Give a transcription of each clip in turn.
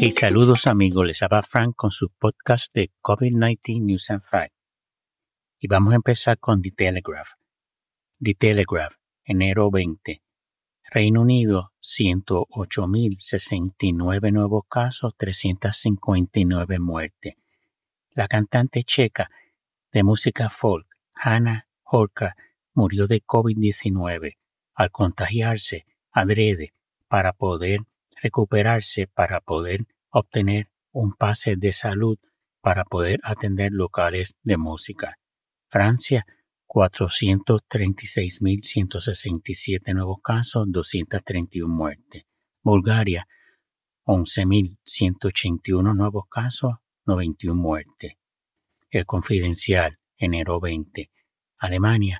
Hey, saludos amigos, les habla Frank con su podcast de COVID-19 News and Facts. Y vamos a empezar con The Telegraph. The Telegraph, enero 20. Reino Unido, 108.069 nuevos casos, 359 muertes. La cantante checa de música folk, Hanna Horka, murió de COVID-19 al contagiarse adrede para poder recuperarse, para poder obtener un pase de salud, para poder atender locales de música. Francia, 436.167 nuevos casos, 231 muertes. Bulgaria, 11.181 nuevos casos, 91 muertes. El Confidencial, enero 20. Alemania,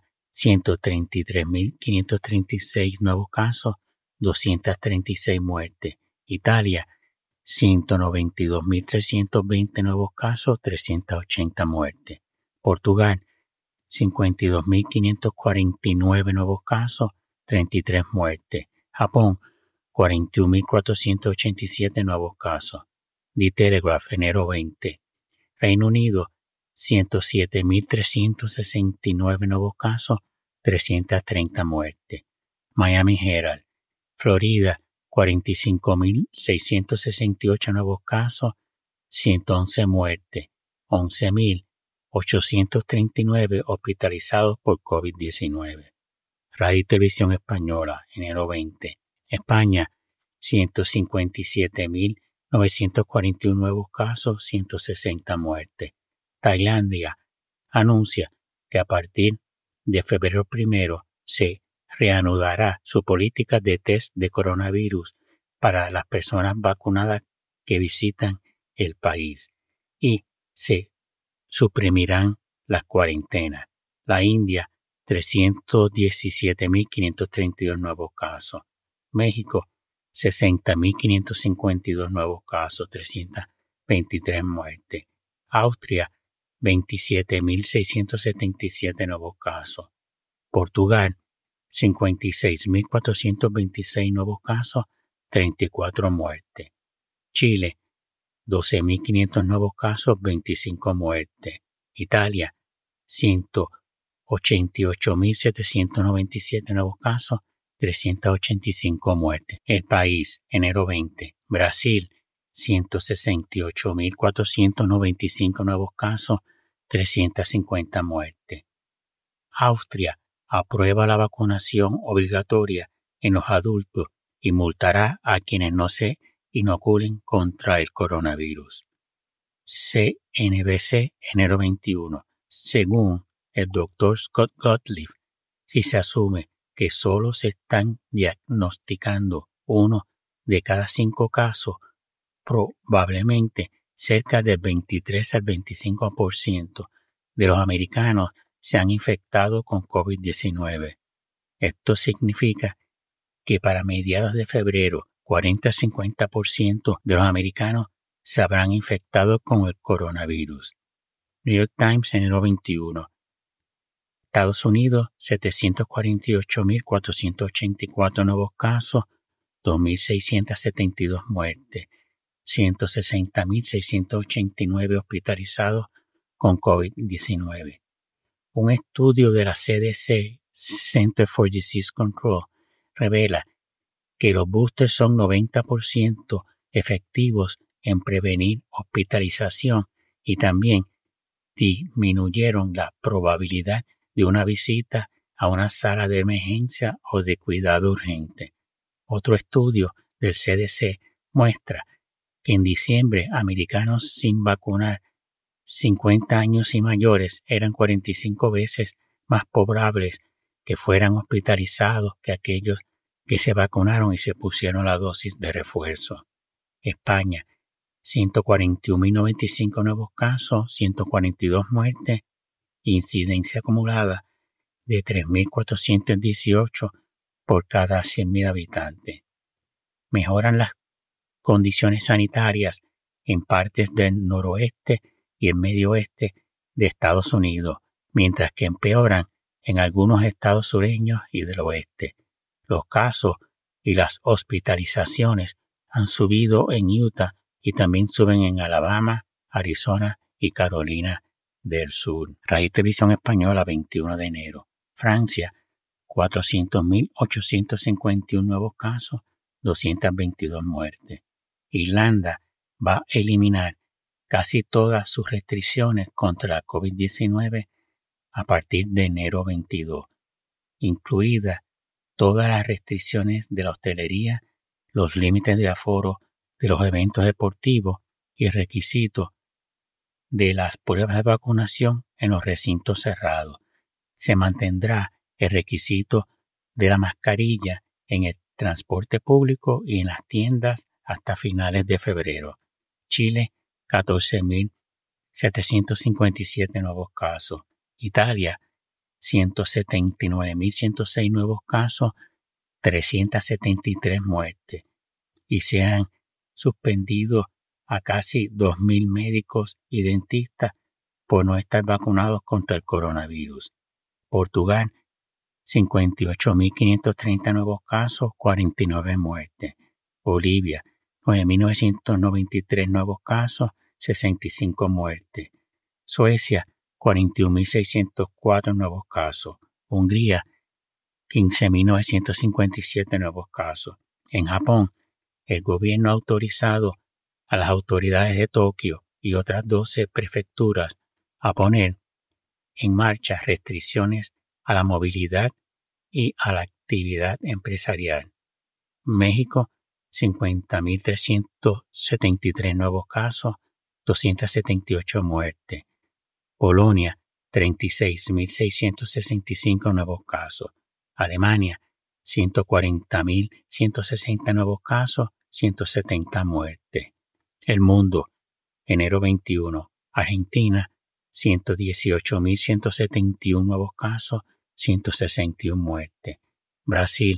133.536 nuevos casos, 236 muertes. Italia, 192.320 nuevos casos, 380 muertes. Portugal, 52.549 nuevos casos, 33 muertes. Japón, 41.487 nuevos casos. The Telegraph, enero 20. Reino Unido, 107.369 nuevos casos, 330 muertes. Miami Herald, Florida, 45.668 nuevos casos, 111 muertes, 11.839 hospitalizados por COVID-19. Radio y Televisión Española, enero 20. España, 157.941 nuevos casos, 160 muertes. Tailandia anuncia que a partir de febrero 1 se reanudará su política de test de coronavirus para las personas vacunadas que visitan el país y se suprimirán las cuarentenas. La India, 317.532 nuevos casos. México, 60.552 nuevos casos, 323 muertes. Austria, 27.677 nuevos casos. Portugal, 56.426 nuevos casos, 34 muertes. Chile, 12.500 nuevos casos, 25 muertes. Italia, 188.797 nuevos casos, 385 muertes. El país, enero 20. Brasil, 168.495 nuevos casos, 350 muertes. Austria aprueba la vacunación obligatoria en los adultos y multará a quienes no se inoculen contra el coronavirus. CNBC, enero 21. Según el Dr. Scott Gottlieb, si se asume que solo se están diagnosticando 1 de cada 5 casos, probablemente cerca del 23 al 25% de los americanos se han infectado con COVID-19. Esto significa que para mediados de febrero, 40-50% de los americanos se habrán infectado con el coronavirus. New York Times, enero 21. Estados Unidos, 748.484 nuevos casos, 2.672 muertes, 160.689 hospitalizados con COVID-19. Un estudio de la CDC, Center for Disease Control, revela que los boosters son 90% efectivos en prevenir hospitalización y también disminuyeron la probabilidad de una visita a una sala de emergencia o de cuidado urgente. Otro estudio del CDC muestra que en diciembre americanos sin vacunar 50 años y mayores eran 45 veces más probables que fueran hospitalizados que aquellos que se vacunaron y se pusieron la dosis de refuerzo. España, 141.095 nuevos casos, 142 muertes, incidencia acumulada de 3.418 por cada 100.000 habitantes. Mejoran las condiciones sanitarias en partes del noroeste y el medio oeste de Estados Unidos, mientras que empeoran en algunos estados sureños y del oeste. Los casos y las hospitalizaciones han subido en Utah y también suben en Alabama, Arizona y Carolina del Sur. Radio y Televisión Española, 21 de enero. Francia, 400.851 nuevos casos, 222 muertes. Irlanda va a eliminar casi todas sus restricciones contra la COVID-19 a partir de enero 22, incluidas todas las restricciones de la hostelería, los límites de aforo de los eventos deportivos y el requisito de las pruebas de vacunación en los recintos cerrados. Se mantendrá el requisito de la mascarilla en el transporte público y en las tiendas hasta finales de febrero. Chile, 14.757 nuevos casos. Italia, 179.106 nuevos casos, 373 muertes. Y se han suspendido a casi 2.000 médicos y dentistas por no estar vacunados contra el coronavirus. Portugal, 58.530 nuevos casos, 49 muertes. Bolivia, 9.993 nuevos casos, 65 muertes. Suecia, 41.604 nuevos casos. Hungría, 15.957 nuevos casos. En Japón, el gobierno ha autorizado a las autoridades de Tokio y otras 12 prefecturas a poner en marcha restricciones a la movilidad y a la actividad empresarial. México, 50.373 nuevos casos, 278 muertes. Polonia, 36.665 nuevos casos. Alemania, 140.160 nuevos casos, 170 muertes. El mundo, enero 21. Argentina, 118.171 nuevos casos, 161 muertes. Brasil,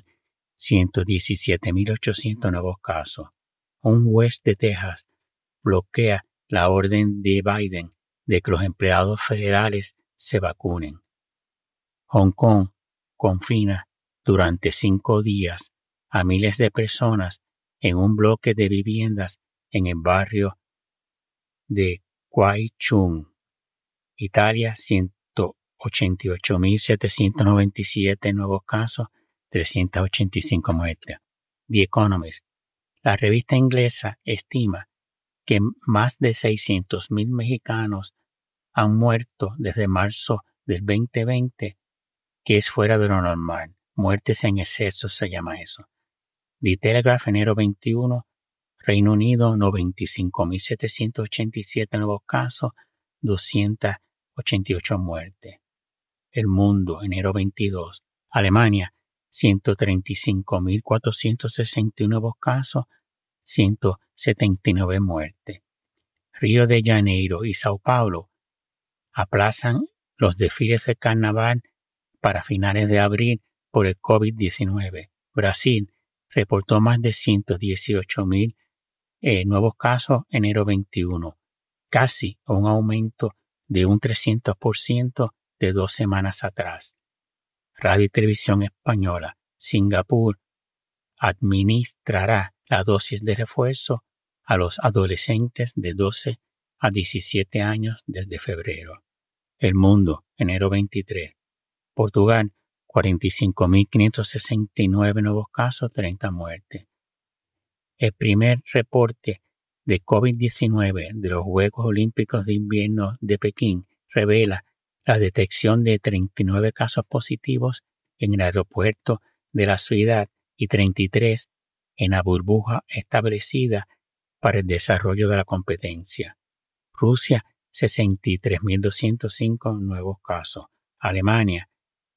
117.800 nuevos casos. Un juez de Texas bloquea la orden de Biden de que los empleados federales se vacunen. Hong Kong confina durante 5 días a miles de personas en un bloque de viviendas en el barrio de Kwai Chung. Italia, 188.797 nuevos casos, 385 muertes. The Economist. La revista inglesa estima que más de 600.000 mexicanos han muerto desde marzo del 2020, que es fuera de lo normal. Muertes en exceso se llama eso. The Telegraph, enero 21. Reino Unido, 95.787 nuevos casos, 288 muertes. El Mundo, enero 22. Alemania, 135.461 nuevos casos, 179 muertes. Río de Janeiro y Sao Paulo aplazan los desfiles de carnaval para finales de abril por el COVID-19. Brasil reportó más de 118.000 nuevos casos enero 21, casi un aumento de un 300% de 2 semanas atrás. Radio y Televisión Española. Singapur administrará la dosis de refuerzo a los adolescentes de 12 a 17 años desde febrero. El Mundo, enero 23. Portugal, 45.569 nuevos casos, 30 muertes. El primer reporte de COVID-19 de los Juegos Olímpicos de Invierno de Pekín revela la detección de 39 casos positivos en el aeropuerto de la ciudad y 33 en la burbuja establecida para el desarrollo de la competencia. Rusia, 63.205 nuevos casos. Alemania,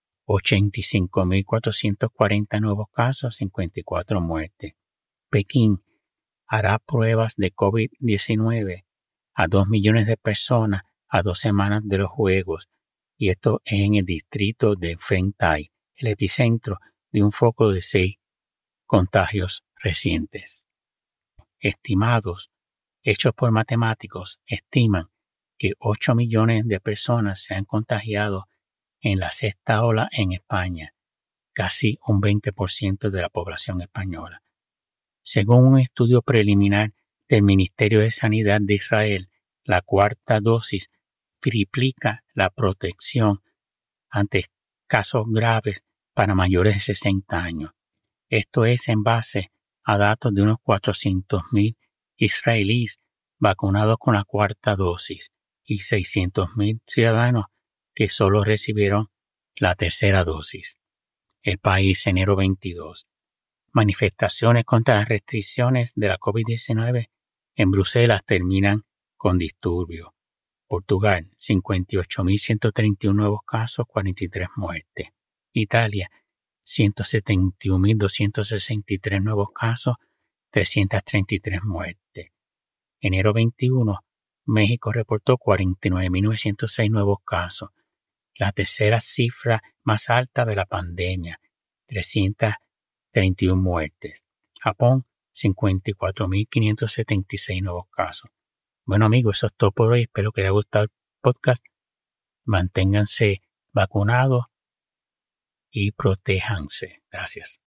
85.440 nuevos casos, 54 muertes. Pekín hará pruebas de COVID-19 a 2 millones de personas a 2 semanas de los Juegos, y esto es en el distrito de Fengtai, el epicentro de un foco de 6 contagios recientes. Estimados hechos por matemáticos estiman que 8 millones de personas se han contagiado en la sexta ola en España, casi un 20% de la población española. Según un estudio preliminar del Ministerio de Sanidad de Israel, la cuarta dosis triplica la protección ante casos graves para mayores de 60 años. Esto es en base a datos de unos 400,000 israelíes vacunados con la cuarta dosis y 600,000 ciudadanos que solo recibieron la tercera dosis. El país, enero 22. Manifestaciones contra las restricciones de la COVID-19 en Bruselas terminan con disturbios. Portugal, 58,131 nuevos casos, 43 muertes. Italia, 171,263 nuevos casos, 333 muertes. Enero 21, México reportó 49,906 nuevos casos, la tercera cifra más alta de la pandemia, 331 muertes. Japón, 54,576 nuevos casos. Bueno amigos, eso es todo por hoy. Espero que les haya gustado el podcast. Manténganse vacunados y protéjanse. Gracias.